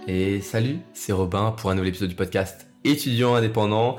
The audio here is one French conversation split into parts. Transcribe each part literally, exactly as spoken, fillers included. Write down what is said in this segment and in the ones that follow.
Et salut, c'est Robin pour un nouvel épisode du podcast Étudiant indépendant.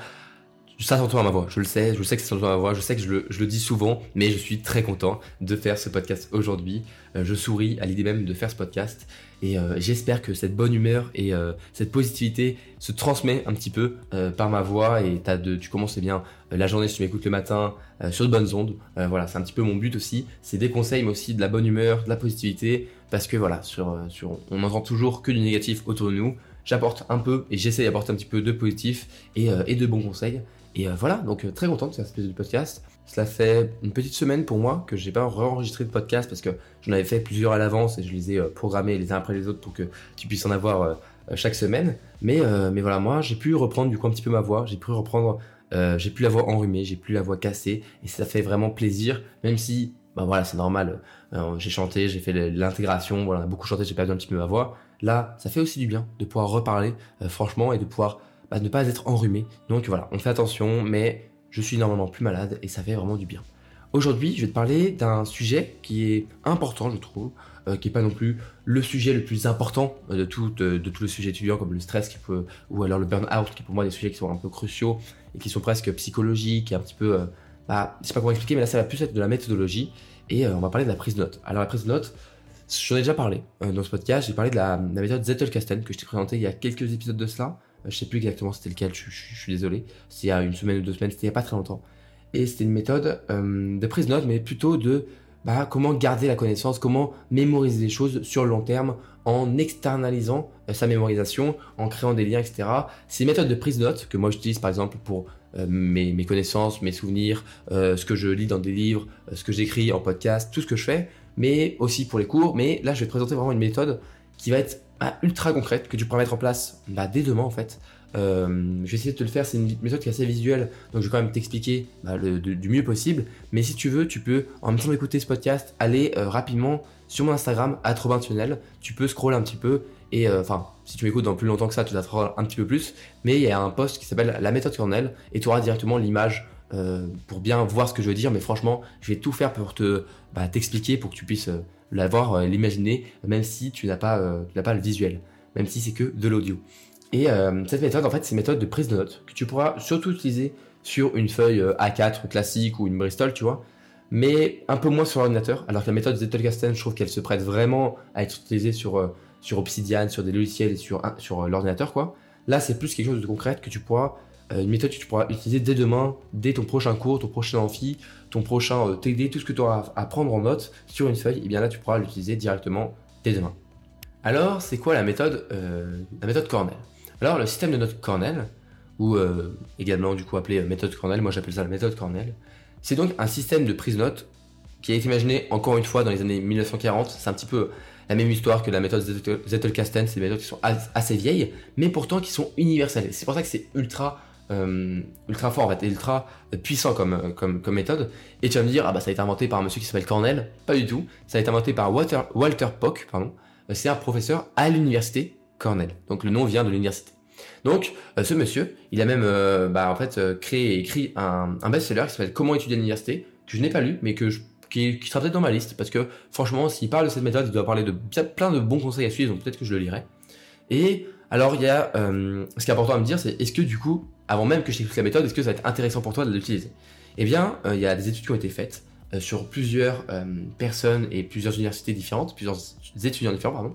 Ça s'entend à ma voix, je le sais, je sais que ça s'entend à ma voix, je sais que je le, je le dis souvent, mais je suis très content de faire ce podcast aujourd'hui. Euh, je souris à l'idée même de faire ce podcast et euh, j'espère que cette bonne humeur et euh, cette positivité se transmet un petit peu euh, par ma voix et t'as de, tu commences eh bien euh, la journée si tu m'écoutes le matin euh, sur de bonnes ondes. Euh, voilà, c'est un petit peu mon but aussi, c'est des conseils mais aussi de la bonne humeur, de la positivité parce que voilà, sur, sur, on n'entend toujours que du négatif autour de nous. J'apporte un peu et j'essaie d'apporter un petit peu de positif et, euh, et de bons conseils. Et euh, voilà, donc euh, très content de faire ce épisode du podcast. Cela fait une petite semaine pour moi que j'ai pas re-enregistré de podcast parce que j'en avais fait plusieurs à l'avance et je les ai euh, programmés les uns après les autres pour que tu puisses en avoir euh, chaque semaine. Mais, euh, mais voilà, moi j'ai pu reprendre du coup un petit peu ma voix, j'ai pu reprendre, euh, j'ai plus la voix enrhumée, j'ai plus la voix cassée et ça fait vraiment plaisir, même si, bah voilà, c'est normal, euh, j'ai chanté, j'ai fait l'intégration, voilà, on a beaucoup chanté, j'ai perdu un petit peu ma voix. Là, ça fait aussi du bien de pouvoir reparler, euh, franchement, et de pouvoir bah, ne pas être enrhumé. Donc voilà, on fait attention, mais je suis normalement plus malade et ça fait vraiment du bien. Aujourd'hui, je vais te parler d'un sujet qui est important, je trouve, euh, qui n'est pas non plus le sujet le plus important de tout, de, de tout le sujet étudiant, comme le stress qui peut, ou alors le burn-out, qui est pour moi des sujets qui sont un peu cruciaux et qui sont presque psychologiques et un petit peu, euh, bah, je sais pas comment expliquer, mais là ça va plus être de la méthodologie et euh, on va parler de la prise de notes. Alors la prise de notes, j'en ai déjà parlé euh, dans ce podcast, j'ai parlé de la, de la méthode Zettelkasten que je t'ai présentée il y a quelques épisodes de cela. Euh, je sais plus exactement c'était lequel, je, je, je suis désolé. C'était il y a une semaine ou deux semaines, c'était il y a pas très longtemps. Et c'était une méthode euh, de prise de notes, mais plutôt de bah, comment garder la connaissance, comment mémoriser les choses sur le long terme en externalisant euh, sa mémorisation, en créant des liens, et cetera. C'est une méthode de prise de notes que moi j'utilise par exemple pour euh, mes, mes connaissances, mes souvenirs, euh, ce que je lis dans des livres, euh, ce que j'écris en podcast, tout ce que je fais, mais aussi pour les cours. Mais là, je vais te présenter vraiment une méthode qui va être bah, ultra concrète, que tu pourras mettre en place bah, dès demain en fait. Euh, je vais essayer de te le faire, c'est une méthode qui est assez visuelle, donc je vais quand même t'expliquer bah, le, de, du mieux possible. Mais si tu veux, tu peux, en même temps d'écouter ce podcast, aller euh, rapidement sur mon Instagram, arobase robin tunnel. Tu peux scroller un petit peu, et enfin, euh, si tu m'écoutes dans plus longtemps que ça, tu vas te faire un petit peu plus. Mais il y a un post qui s'appelle la méthode Cornell, et tu auras directement l'image euh, pour bien voir ce que je veux dire. Mais franchement, je vais tout faire pour te bah, t'expliquer, pour que tu puisses euh, l'avoir, euh, l'imaginer, même si tu n'as pas, euh, tu n'as pas le visuel, même si c'est que de l'audio. Et euh, cette méthode, en fait, c'est une méthode de prise de notes que tu pourras surtout utiliser sur une feuille A quatre classique ou une Bristol, tu vois, mais un peu moins sur l'ordinateur. Alors que la méthode Zettelkasten, je trouve qu'elle se prête vraiment à être utilisée sur, euh, sur Obsidian, sur des logiciels et sur, sur euh, l'ordinateur, quoi. Là, c'est plus quelque chose de concret que tu pourras, euh, une méthode que tu pourras utiliser dès demain, dès ton prochain cours, ton prochain amphi, ton prochain euh, T D, tout ce que tu auras à prendre en note sur une feuille, et bien là, tu pourras l'utiliser directement dès demain. Alors, c'est quoi la méthode, euh, la méthode Cornell ? Alors, le système de notes Cornell, ou euh, également du coup appelé méthode Cornell, moi j'appelle ça la méthode Cornell, c'est donc un système de prise de notes qui a été imaginé encore une fois dans les années mille neuf cent quarante. C'est un petit peu la même histoire que la méthode Zettelkasten, c'est des méthodes qui sont assez vieilles, mais pourtant qui sont universelles. C'est pour ça que c'est ultra, euh, ultra fort en fait, et ultra puissant comme, comme, comme méthode. Et tu vas me dire, ah bah ça a été inventé par un monsieur qui s'appelle Cornell. Pas du tout, ça a été inventé par Walter, Walter Pock, pardon. C'est un professeur à l'université Cornell. Donc le nom vient de l'université. Donc euh, ce monsieur, il a même euh, bah, en fait euh, créé et écrit un, un best-seller qui s'appelle Comment étudier à l'université, que je n'ai pas lu, mais que je, qui, qui sera peut-être dans ma liste, parce que franchement, s'il parle de cette méthode, il doit parler de bien, plein de bons conseils à suivre, donc peut-être que je le lirai. Et alors il y a, euh, ce qui est important à me dire, c'est est-ce que du coup, avant même que je t'explique la méthode, est-ce que ça va être intéressant pour toi de l'utiliser ? Eh bien, euh, il y a des études qui ont été faites euh, sur plusieurs euh, personnes et plusieurs universités différentes, plusieurs étudiants différents, pardon.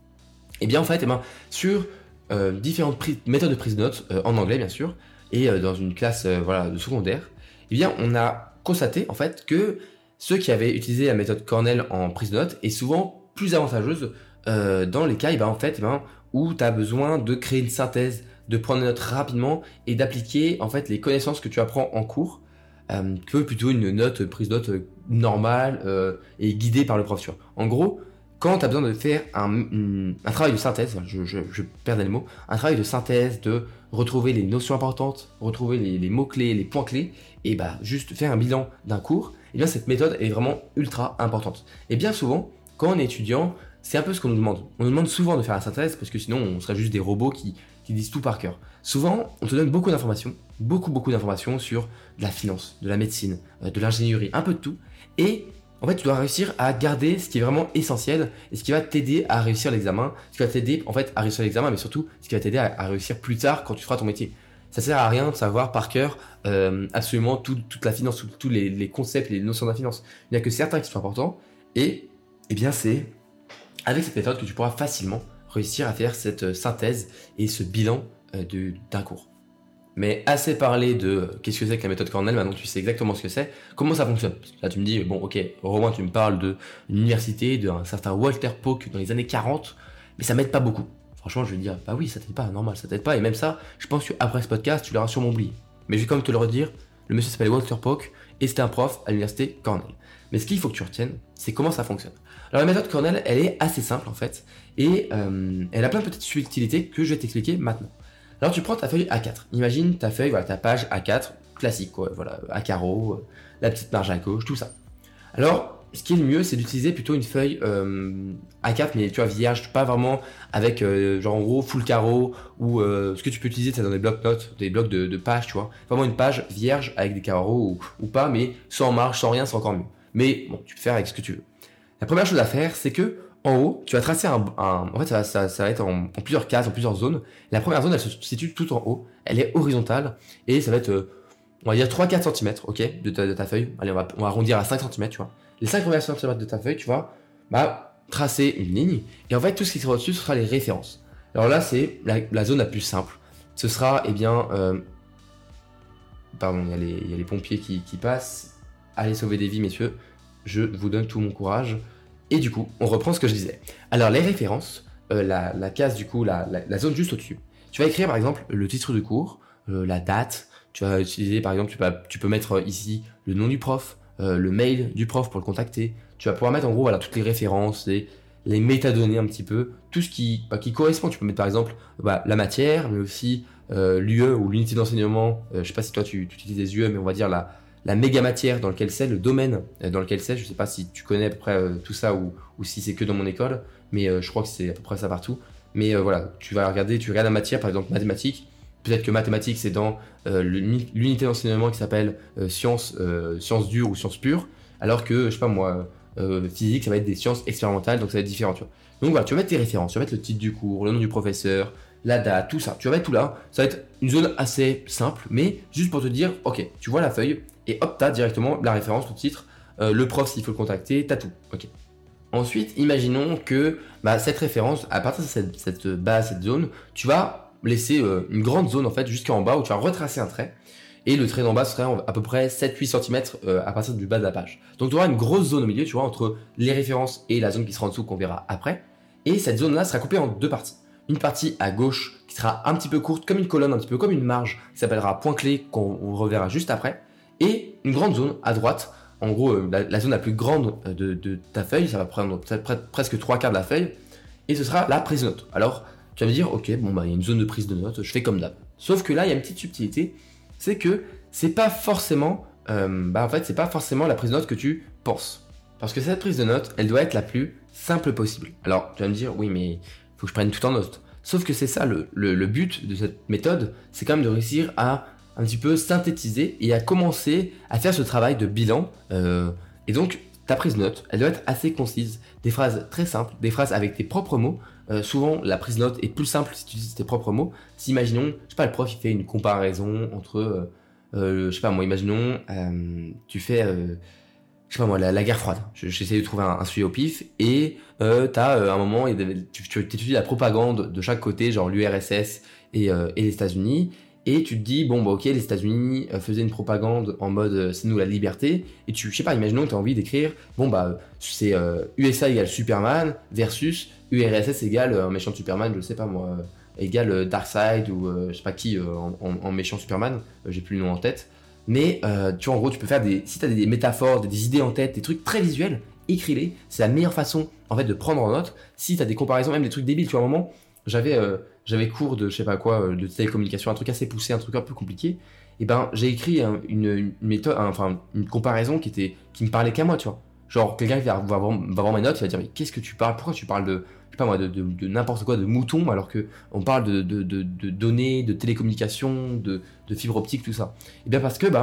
Et bien en fait, eh ben, sur euh, différentes pri- méthodes de prise de notes, euh, en anglais bien sûr, et euh, dans une classe euh, voilà, de secondaire, eh bien on a constaté en fait que ceux qui avaient utilisé la méthode Cornell en prise de notes est souvent plus avantageuse euh, dans les cas eh ben, en fait, eh ben, où tu as besoin de créer une synthèse, de prendre des notes rapidement et d'appliquer en fait les connaissances que tu apprends en cours, euh, que plutôt une note prise de notes normale euh, et guidée par le prof. En gros, quand tu as besoin de faire un, un travail de synthèse, je, je, je perdais le mot, un travail de synthèse, de retrouver les notions importantes, retrouver les, les mots-clés, les points-clés, et bah juste faire un bilan d'un cours, et bien cette méthode est vraiment ultra importante. Et bien souvent, quand on est étudiant, c'est un peu ce qu'on nous demande. On nous demande souvent de faire la synthèse, parce que sinon on serait juste des robots qui, qui disent tout par cœur. Souvent, on te donne beaucoup d'informations, beaucoup beaucoup d'informations sur de la finance, de la médecine, de l'ingénierie, un peu de tout, et en fait, tu dois réussir à garder ce qui est vraiment essentiel et ce qui va t'aider à réussir l'examen, ce qui va t'aider en fait à réussir l'examen, mais surtout ce qui va t'aider à, à réussir plus tard quand tu feras ton métier. Ça sert à rien de savoir par cœur euh, absolument tout, toute la finance, tous tout les, les concepts, les notions de la finance. Il n'y a que certains qui sont importants et eh bien c'est avec cette méthode que tu pourras facilement réussir à faire cette synthèse et ce bilan euh, de, d'un cours. Mais assez parlé de euh, qu'est-ce que c'est que la méthode Cornell, maintenant tu sais exactement ce que c'est, comment ça fonctionne. Là tu me dis, bon ok, Romain tu me parles de l'université, d'un certain Walter Pauck dans les années quarante, mais ça m'aide pas beaucoup. Franchement je vais te dire, bah oui ça t'aide pas, normal, ça t'aide pas, et même ça, je pense qu'après ce podcast tu l'auras sûrement oublié. Mais je vais quand même te le redire, le monsieur s'appelle Walter Pauck, et c'était un prof à l'université Cornell. Mais ce qu'il faut que tu retiennes, c'est comment ça fonctionne. Alors la méthode Cornell, elle est assez simple en fait, et euh, elle a plein de petites subtilités que je vais t'expliquer maintenant. Alors tu prends ta feuille A quatre, imagine ta feuille, voilà, ta page A quatre, classique quoi, voilà, à carreaux, euh, la petite marge à gauche, tout ça. Alors, ce qui est le mieux, c'est d'utiliser plutôt une feuille euh, A quatre, mais tu vois, vierge, pas vraiment avec, euh, genre en gros, full carreau, ou euh, ce que tu peux utiliser, c'est dans des blocs-notes, des blocs de, de pages, tu vois. Vraiment une page vierge avec des carreaux ou, ou pas, mais sans marge, sans rien, c'est encore mieux. Mais bon, tu peux faire avec ce que tu veux. La première chose à faire, c'est que en haut, tu vas tracer un, un en fait, ça va, ça, ça va être en, en plusieurs cases, en plusieurs zones. La première zone, elle se situe tout en haut, elle est horizontale, et ça va être, euh, on va dire trois à quatre centimètres, ok, de ta, de ta feuille. Allez, on va, on va arrondir à cinq centimètres, tu vois. Les cinq premiers centimètres de ta feuille, tu vas bah, tracer une ligne, et en fait, tout ce qui sera au-dessus, ce sera les références. Alors là, c'est la, la zone la plus simple. Ce sera, eh bien, euh, pardon, il y a les, il y a les pompiers qui, qui passent. Allez sauver des vies, messieurs. Je vous donne tout mon courage. Et du coup, on reprend ce que je disais. Alors, les références, euh, la, la case, du coup, la, la, la zone juste au-dessus. Tu vas écrire, par exemple, le titre du cours, euh, la date. Tu vas utiliser, par exemple, tu peux, tu peux mettre ici le nom du prof, euh, le mail du prof pour le contacter. Tu vas pouvoir mettre, en gros, voilà, toutes les références, les, les métadonnées un petit peu, tout ce qui, bah, qui correspond. Tu peux mettre, par exemple, bah, la matière, mais aussi euh, l'U E ou l'unité d'enseignement. Euh, je sais pas si toi, tu, tu utilises des U E, mais on va dire la... la méga matière dans lequel c'est, le domaine dans lequel c'est. Je sais pas si tu connais à peu près euh, tout ça ou, ou si c'est que dans mon école, mais euh, je crois que c'est à peu près ça partout. Mais euh, voilà, tu vas regarder, tu regardes la matière, par exemple mathématiques. Peut-être que mathématiques, c'est dans euh, l'unité d'enseignement qui s'appelle euh, sciences, euh, sciences dures ou sciences pures, alors que, je sais pas moi, euh, physique, ça va être des sciences expérimentales, donc ça va être différent, tu vois. Donc voilà, tu vas mettre tes références, tu vas mettre le titre du cours, le nom du professeur, la date, tout ça. Tu vas mettre tout là. Ça va être une zone assez simple, mais juste pour te dire, ok, tu vois la feuille, et hop, t'as directement la référence, le titre, euh, le prof s'il faut le contacter, t'as tout. Ok. Ensuite, imaginons que bah, cette référence, à partir de cette, cette base, cette zone, tu vas laisser euh, une grande zone en fait jusqu'en bas où tu vas retracer un trait. Et le trait d'en bas serait à peu près sept à huit centimètres euh, à partir du bas de la page. Donc tu auras une grosse zone au milieu, tu vois, entre les références et la zone qui sera en dessous qu'on verra après. Et cette zone-là sera coupée en deux parties. Une partie à gauche qui sera un petit peu courte, comme une colonne, un petit peu comme une marge, qui s'appellera point clé, qu'on reverra juste après. Et une grande zone à droite, en gros euh, la, la zone la plus grande de, de ta feuille, ça va prendre presque trois quarts de la feuille, et ce sera la prise de notes. Alors tu vas me dire, ok, bon bah il y a une zone de prise de notes, je fais comme d'hab. Sauf que là il y a une petite subtilité, c'est que c'est pas forcément, euh, bah en fait c'est pas forcément la prise de notes que tu penses. Parce que cette prise de notes, elle doit être la plus simple possible. Alors tu vas me dire, oui mais faut que je prenne tout en note. Sauf que c'est ça le, le, le but de cette méthode, c'est quand même de réussir à un petit peu synthétiser et à commencer à faire ce travail de bilan. Euh, et donc, ta prise de note, elle doit être assez concise, des phrases très simples, des phrases avec tes propres mots. Euh, souvent, la prise de note est plus simple si tu utilises tes propres mots. Si, imaginons, je sais pas, le prof, il fait une comparaison entre, euh, euh, je sais pas, moi, imaginons, euh, tu fais, euh, je sais pas moi, la, la guerre froide. J'essaie de trouver un, un sujet au pif et euh, t'as euh, un moment, tu, tu étudies la propagande de chaque côté, genre l'U R S S et, euh, et les États-Unis. Et tu te dis, bon, bah ok, les États-Unis faisaient une propagande en mode euh, c'est nous la liberté. Et tu, je sais pas, imaginons que tu as envie d'écrire, bon, bah c'est euh, U S A égale Superman versus U R S S égale un méchant Superman, je sais pas moi, euh, égale euh, Darkseid ou euh, je sais pas qui euh, en, en, en méchant Superman, euh, j'ai plus le nom en tête. Mais euh, tu vois, en gros, tu peux faire des. Si tu as des, des métaphores, des, des idées en tête, des trucs très visuels, écris-les. C'est la meilleure façon en fait de prendre en note. Si tu as des comparaisons, même des trucs débiles, tu vois, à un moment, j'avais. Euh, J'avais cours de je sais pas quoi, de télécommunication, un truc assez poussé, un truc un peu compliqué. Et ben j'ai écrit un, une, une méthode, un, enfin une comparaison qui était, qui me parlait qu'à moi, tu vois. Genre quelqu'un qui va, va, voir, va voir mes notes, il va dire mais qu'est-ce que tu parles, pourquoi tu parles de, je sais pas moi, de, de, de n'importe quoi, de moutons, alors que on parle de, de, de, de données, de télécommunication, de, de fibre optique, tout ça. Et bien parce que bah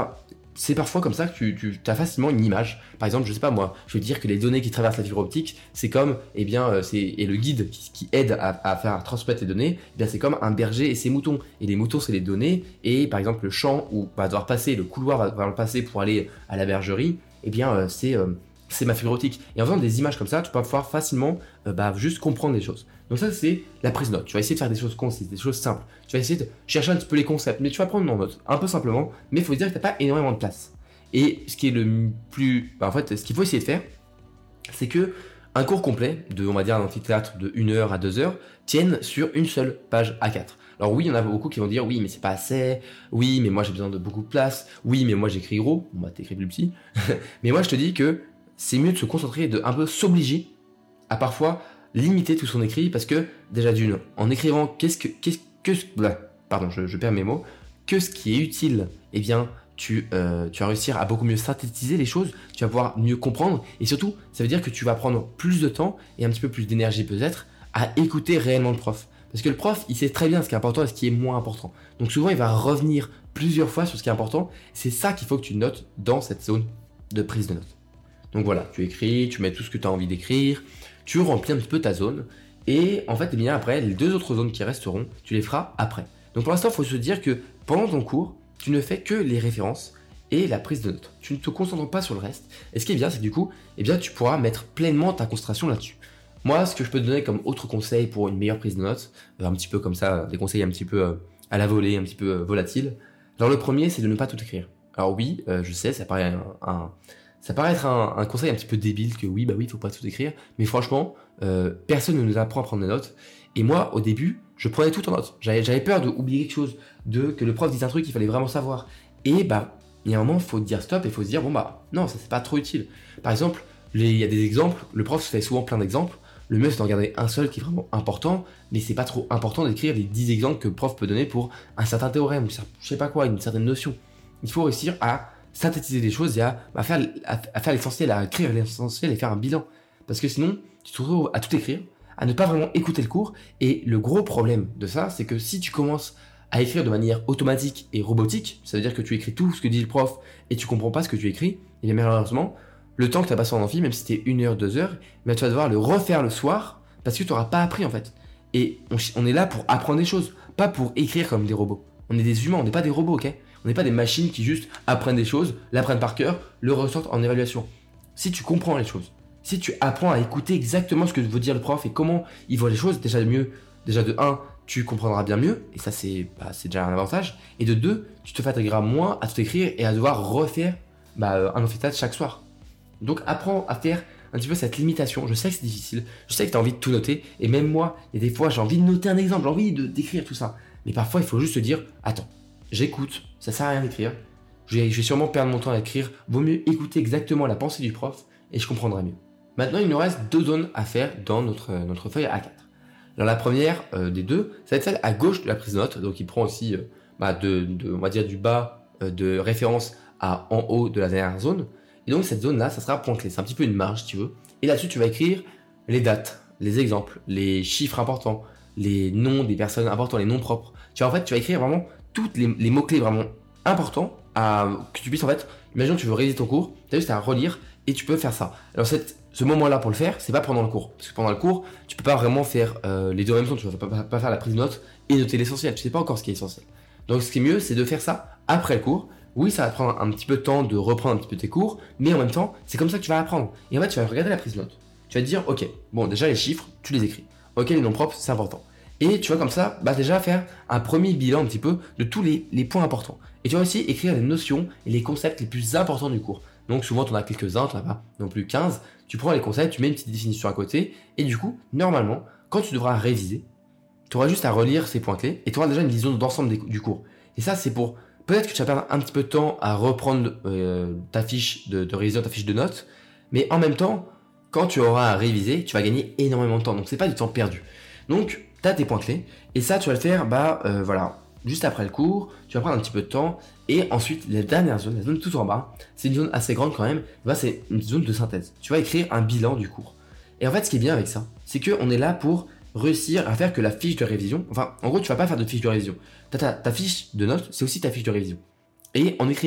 c'est parfois comme ça que tu, tu as facilement une image. Par exemple, je sais pas moi, je veux dire que les données qui traversent la fibre optique, c'est comme, eh bien, euh, c'est, et le guide qui, qui aide à, à faire transmettre les données, eh bien, c'est comme un berger et ses moutons. Et les moutons, c'est les données, et par exemple, le champ où va devoir passer, le couloir va devoir le passer pour aller à la bergerie, eh bien, euh, c'est, euh, c'est ma fibre optique. Et en faisant des images comme ça, tu peux pouvoir facilement euh, bah, juste comprendre les choses. Donc ça, c'est la prise de notes. Tu vas essayer de faire des choses concises, des choses simples. Tu vas essayer de chercher un petit peu les concepts, mais tu vas prendre en note, un peu simplement, mais il faut se dire que tu n'as pas énormément de place. Et ce qui est le plus... Bah en fait, ce qu'il faut essayer de faire, c'est que un cours complet, de, on va dire un amphithéâtre de une heure à deux heures, tienne sur une seule page A quatre. Alors oui, il y en a beaucoup qui vont dire, oui, mais c'est pas assez, oui, mais moi j'ai besoin de beaucoup de place, oui, mais moi j'écris gros, bon bah t'écris plus petit, mais moi je te dis que c'est mieux de se concentrer et de un peu s'obliger à parfois limiter tout son écrit, parce que déjà d'une, en écrivant qu'est-ce que... Qu'est-ce que pardon, je, je perds mes mots, que ce qui est utile, eh bien... Tu, euh, tu vas réussir à beaucoup mieux synthétiser les choses, tu vas pouvoir mieux comprendre, et surtout, ça veut dire que tu vas prendre plus de temps et un petit peu plus d'énergie peut-être à écouter réellement le prof. Parce que le prof, il sait très bien ce qui est important et ce qui est moins important. Donc souvent, il va revenir plusieurs fois sur ce qui est important. C'est ça qu'il faut que tu notes dans cette zone de prise de notes. Donc voilà, tu écris, tu mets tout ce que tu as envie d'écrire, tu remplis un petit peu ta zone, et en fait, eh bien après, les deux autres zones qui resteront, tu les feras après. Donc pour l'instant, il faut se dire que pendant ton cours, tu ne fais que les références et la prise de notes. Tu ne te concentres pas sur le reste. Et ce qui est bien, c'est que du coup, eh bien, tu pourras mettre pleinement ta concentration là-dessus. Moi, ce que je peux te donner comme autre conseil pour une meilleure prise de notes, un petit peu comme ça, des conseils un petit peu à la volée, un petit peu volatiles. Alors le premier, c'est de ne pas tout écrire. Alors oui, euh, je sais, ça paraît, un, un, ça paraît être un, un conseil un petit peu débile, que oui, bah oui, il faut pas tout écrire. Mais franchement, euh, personne ne nous apprend à prendre des notes. Et moi, au début, je prenais tout en note. J'avais, j'avais peur d'oublier quelque chose, de que le prof dise un truc qu'il fallait vraiment savoir. Et bah, il y a un moment, il faut dire stop et il faut se dire, bon bah, non, ça c'est pas trop utile. Par exemple, il y a des exemples, le prof fait souvent plein d'exemples. Le mieux, c'est d'en garder un seul qui est vraiment important, mais c'est pas trop important d'écrire les dix exemples que le prof peut donner pour un certain théorème, je sais pas quoi, une certaine notion. Il faut réussir à synthétiser les choses et à, à, faire, à, à faire l'essentiel, à écrire l'essentiel et faire un bilan. Parce que sinon, tu te retrouves à tout écrire, à ne pas vraiment écouter le cours. Et le gros problème de ça, c'est que si tu commences à écrire de manière automatique et robotique, ça veut dire que tu écris tout ce que dit le prof et tu comprends pas ce que tu écris, et bien malheureusement, le temps que tu as passé en amphi, même si c'était une heure, deux heures, ben tu vas devoir le refaire le soir parce que tu n'auras pas appris en fait. Et on, on est là pour apprendre des choses, pas pour écrire comme des robots. On est des humains, on n'est pas des robots, ok? On n'est pas des machines qui juste apprennent des choses, l'apprennent par cœur, le ressortent en évaluation. Si tu comprends les choses, si tu apprends à écouter exactement ce que veut dire le prof et comment il voit les choses, déjà mieux, déjà de un, tu comprendras bien mieux, et ça c'est, bah, c'est déjà un avantage, et de deux, tu te fatigueras moins à tout écrire et à devoir refaire bah, un amphithéâtre chaque soir. Donc apprends à faire un petit peu cette limitation. Je sais que c'est difficile, je sais que tu as envie de tout noter, et même moi, il y a des fois j'ai envie de noter un exemple, j'ai envie de d'écrire tout ça. Mais parfois il faut juste se dire, attends, j'écoute, ça sert à rien d'écrire, je vais, je vais sûrement perdre mon temps à écrire, vaut mieux écouter exactement la pensée du prof, et je comprendrai mieux. Maintenant il nous reste deux zones à faire dans notre, notre feuille A quatre. Alors la première euh, des deux, ça va être celle à gauche de la prise de notes, donc il prend aussi euh, bah, de, de, on va dire du bas euh, de référence à en haut de la dernière zone. Et donc cette zone-là, ça sera point clé. C'est un petit peu une marge, si tu veux. Et là-dessus, tu vas écrire les dates, les exemples, les chiffres importants, les noms des personnes importantes, les noms propres. Tu vas, en fait, tu vas écrire vraiment tous les, les mots-clés vraiment importants à, que tu puisses en fait. Imagine que tu veux réviser ton cours, tu as juste à relire et tu peux faire ça. Alors cette, ce moment-là pour le faire, c'est pas pendant le cours. Parce que pendant le cours, tu peux pas vraiment faire euh, les deux en même temps. Tu vas pas, pas, pas faire la prise de notes et noter l'essentiel. Tu sais pas encore ce qui est essentiel. Donc ce qui est mieux, c'est de faire ça après le cours. Oui, ça va prendre un petit peu de temps de reprendre un petit peu tes cours, mais en même temps, c'est comme ça que tu vas apprendre. Et en fait, tu vas regarder la prise de notes. Tu vas te dire, ok, bon, déjà les chiffres, tu les écris. Ok, les noms propres, c'est important. Et tu vas comme ça, bah déjà faire un premier bilan un petit peu de tous les, les points importants. Et tu vas aussi écrire les notions et les concepts les plus importants du cours. Donc souvent, tu en as quelques-uns, tu n'en as pas non plus quinze. Tu prends les concepts, tu mets une petite définition à côté, et du coup, normalement, quand tu devras réviser, tu auras juste à relire ces points clés, et tu auras déjà une vision d'ensemble des, du cours. Et ça, c'est pour... Peut-être que tu vas perdre un petit peu de temps à reprendre euh, ta fiche de, de révision, ta fiche de notes, mais en même temps, quand tu auras à réviser, tu vas gagner énormément de temps. Donc c'est pas du temps perdu. Donc tu as tes points clés, et ça tu vas le faire, bah euh, voilà, juste après le cours, tu vas prendre un petit peu de temps, et ensuite la dernière zone, la zone tout en bas, c'est une zone assez grande quand même, bah, c'est une zone de synthèse. Tu vas écrire un bilan du cours. Et en fait, ce qui est bien avec ça, c'est qu'on est là pour réussir à faire que la fiche de révision, enfin en gros tu vas pas faire de fiche de révision, ta, ta, ta fiche de notes c'est aussi ta fiche de révision, et en écrivant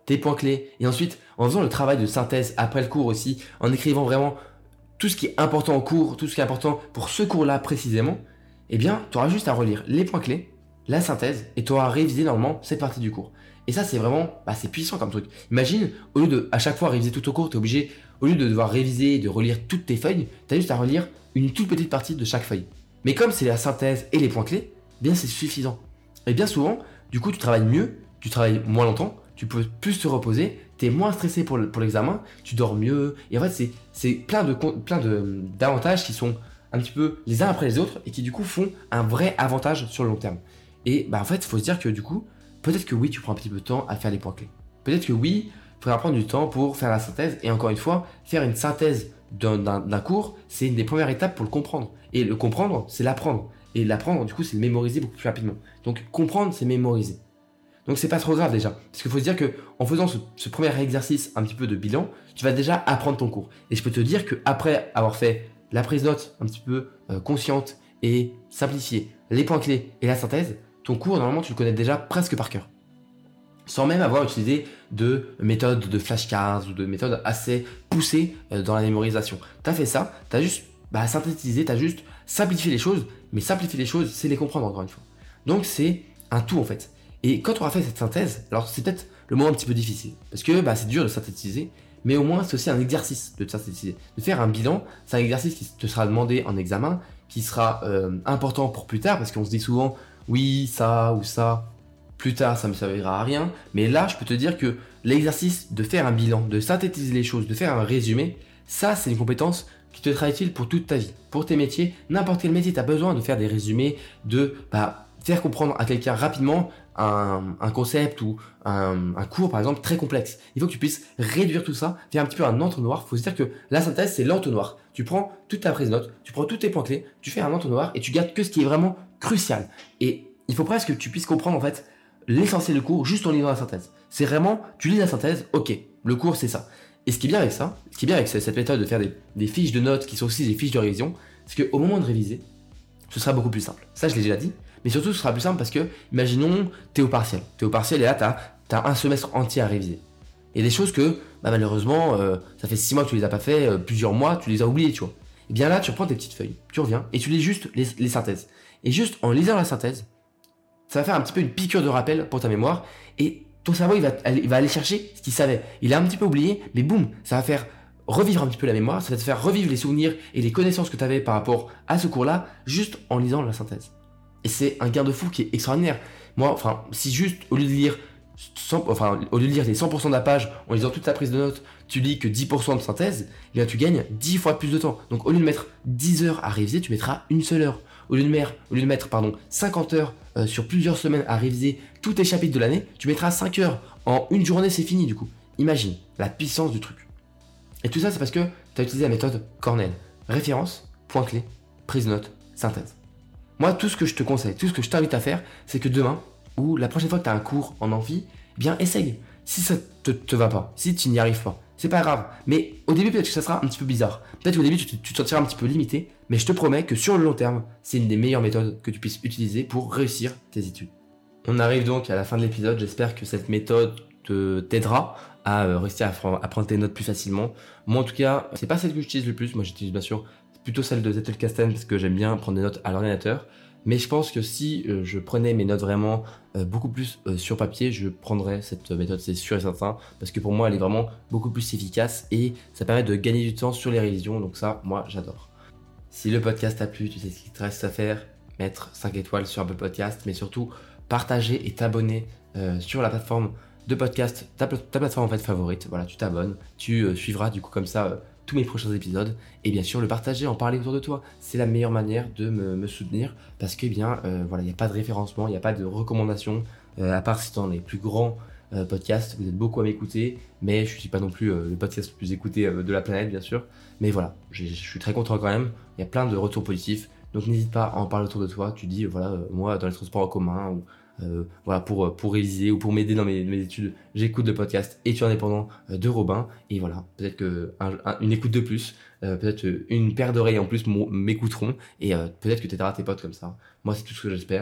tes points clés, et ensuite en faisant le travail de synthèse après le cours aussi, en écrivant vraiment tout ce qui est important au cours, tout ce qui est important pour ce cours-là précisément, eh bien, tu auras juste à relire les points clés, la synthèse, et tu auras révisé normalement cette partie du cours. Et ça, c'est vraiment, bah, c'est puissant comme truc. Imagine, au lieu de à chaque fois réviser tout au cours, tu es obligé, au lieu de devoir réviser, de relire toutes tes feuilles, tu as juste à relire une toute petite partie de chaque feuille. Mais comme c'est la synthèse et les points clés, eh bien c'est suffisant. Et bien souvent, du coup, tu travailles mieux, tu travailles moins longtemps, tu peux plus te reposer, tu es moins stressé pour, le, pour l'examen, tu dors mieux. Et en fait, c'est, c'est plein, de, plein de, d'avantages qui sont un petit peu les uns après les autres et qui du coup font un vrai avantage sur le long terme. Et bah, en fait, il faut se dire que du coup, peut-être que oui, tu prends un petit peu de temps à faire les points clés. Peut-être que oui, il faudra prendre du temps pour faire la synthèse. Et encore une fois, faire une synthèse d'un, d'un, d'un cours, c'est une des premières étapes pour le comprendre. Et le comprendre, c'est l'apprendre. Et l'apprendre, du coup, c'est le mémoriser beaucoup plus rapidement. Donc, comprendre, c'est mémoriser. Donc, c'est pas trop grave déjà. Parce qu'il faut se dire qu'en faisant ce, ce premier exercice un petit peu de bilan, tu vas déjà apprendre ton cours. Et je peux te dire qu'après avoir fait la prise de notes un petit peu euh, consciente et simplifiée, les points clés et la synthèse, ton cours, normalement, tu le connais déjà presque par cœur. Sans même avoir utilisé de méthodes de flashcards ou de méthodes assez poussées euh, dans la mémorisation. Tu as fait ça, tu as juste bah, synthétisé, tu as juste simplifié les choses, mais simplifier les choses, c'est les comprendre encore une fois. Donc c'est un tout en fait. Et quand tu auras fait cette synthèse, alors c'est peut-être le moment un petit peu difficile, parce que bah, c'est dur de synthétiser, mais au moins c'est aussi un exercice de synthétiser. De faire un bilan, c'est un exercice qui te sera demandé en examen, qui sera euh, important pour plus tard, parce qu'on se dit souvent, oui, ça ou ça, plus tard ça ne me servira à rien, mais là je peux te dire que l'exercice de faire un bilan, de synthétiser les choses, de faire un résumé, ça c'est une compétence qui te sera utile pour toute ta vie, pour tes métiers, n'importe quel métier, tu as besoin de faire des résumés, de bah, faire comprendre à quelqu'un rapidement un, un concept ou un, un cours par exemple très complexe. Il faut que tu puisses réduire tout ça, faire un petit peu un entonnoir. Il faut se dire que la synthèse c'est l'entonnoir. Tu prends toute ta prise de notes, tu prends tous tes points clés, tu fais un entonnoir et tu gardes que ce qui est vraiment crucial. Et il faut presque que tu puisses comprendre en fait l'essentiel du cours juste en lisant la synthèse. C'est vraiment, tu lis la synthèse, ok, le cours c'est ça. Et ce qui est bien avec ça, ce qui est bien avec cette méthode de faire des, des fiches de notes qui sont aussi des fiches de révision, c'est qu'au moment de réviser, ce sera beaucoup plus simple. Ça, je l'ai déjà dit, mais surtout, ce sera plus simple parce que, imaginons, t'es au partiel. T'es au partiel et là, t'as, t'as un semestre entier à réviser. Il y a des choses que, bah, malheureusement, euh, ça fait six mois que tu les as pas fait, euh, plusieurs mois, tu les as oubliées, tu vois. Et bien là, tu reprends tes petites feuilles, tu reviens et tu lis juste les, les synthèses. Et juste en lisant la synthèse, ça va faire un petit peu une piqûre de rappel pour ta mémoire et ton cerveau, il va, il va aller chercher ce qu'il savait. Il a un petit peu oublié, mais boum, ça va faire revivre un petit peu la mémoire, ça va te faire revivre les souvenirs et les connaissances que tu avais par rapport à ce cours-là, juste en lisant la synthèse. Et c'est un gain de fou qui est extraordinaire. Moi, enfin, si juste, au lieu de lire, cent, enfin, au lieu de lire les cent pour cent de la page, en lisant toute ta prise de notes, tu lis que dix pour cent de synthèse, eh bien, tu gagnes dix fois plus de temps. Donc, au lieu de mettre dix heures à réviser, tu mettras une seule heure. Au lieu de mettre, au lieu de mettre pardon, cinquante heures euh, sur plusieurs semaines à réviser tous tes chapitres de l'année, tu mettras cinq heures. En une journée, c'est fini du coup. Imagine la puissance du truc. Et tout ça, c'est parce que tu as utilisé la méthode Cornell. Référence, point clé, prise de notes, synthèse. Moi, tout ce que je te conseille, tout ce que je t'invite à faire, c'est que demain, ou la prochaine fois que tu as un cours en amphi, eh bien essaye. Si ça te, te va pas, si tu n'y arrives pas, c'est pas grave. Mais au début, peut-être que ça sera un petit peu bizarre. Peut-être qu'au début, tu, tu te sentiras un petit peu limité, mais je te promets que sur le long terme, c'est une des meilleures méthodes que tu puisses utiliser pour réussir tes études. On arrive donc à la fin de l'épisode. J'espère que cette méthode te, t'aidera à euh, réussir à, à prendre tes notes plus facilement. Moi, en tout cas, c'est pas celle que j'utilise le plus. Moi, j'utilise bien sûr plutôt celle de Zettelkasten parce que j'aime bien prendre des notes à l'ordinateur. Mais je pense que si euh, je prenais mes notes vraiment euh, beaucoup plus euh, sur papier, je prendrais cette méthode, c'est sûr et certain, parce que pour moi, elle est vraiment beaucoup plus efficace et ça permet de gagner du temps sur les révisions. Donc ça, moi, j'adore. Si le podcast t'a plu, tu sais ce qu'il te reste à faire, mettre cinq étoiles sur Apple Podcast, mais surtout partager et t'abonner euh, sur la plateforme de podcast, ta, ta plateforme en fait favorite. Voilà, tu t'abonnes, tu euh, suivras du coup comme ça euh, tous mes prochains épisodes et bien sûr le partager, en parler autour de toi. C'est la meilleure manière de me, me soutenir parce que bien euh, voilà, il n'y a pas de référencement, il n'y a pas de recommandation euh, à part si dans les plus grands euh, podcasts, vous êtes beaucoup à m'écouter, mais je suis pas non plus euh, le podcast le plus écouté euh, de la planète bien sûr. Mais voilà, je suis très content quand même. Il y a plein de retours positifs. Donc n'hésite pas à en parler autour de toi. Tu dis, voilà, euh, moi, dans les transports en commun, ou euh, voilà, pour, pour réviser ou pour m'aider dans mes, mes études, j'écoute le podcast Études indépendant euh, de Robin. Et voilà, peut-être que un, un, une écoute de plus, euh, peut-être une paire d'oreilles en plus m'écouteront. Et euh, peut-être que tu aideras tes potes comme ça. Moi, c'est tout ce que j'espère.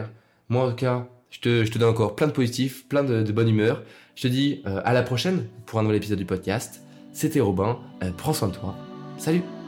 Moi, en tout cas, je te, je te donne encore plein de positifs, plein de, de bonne humeur. Je te dis euh, à la prochaine pour un nouvel épisode du podcast. C'était Robin, euh, prends soin de toi. Salut!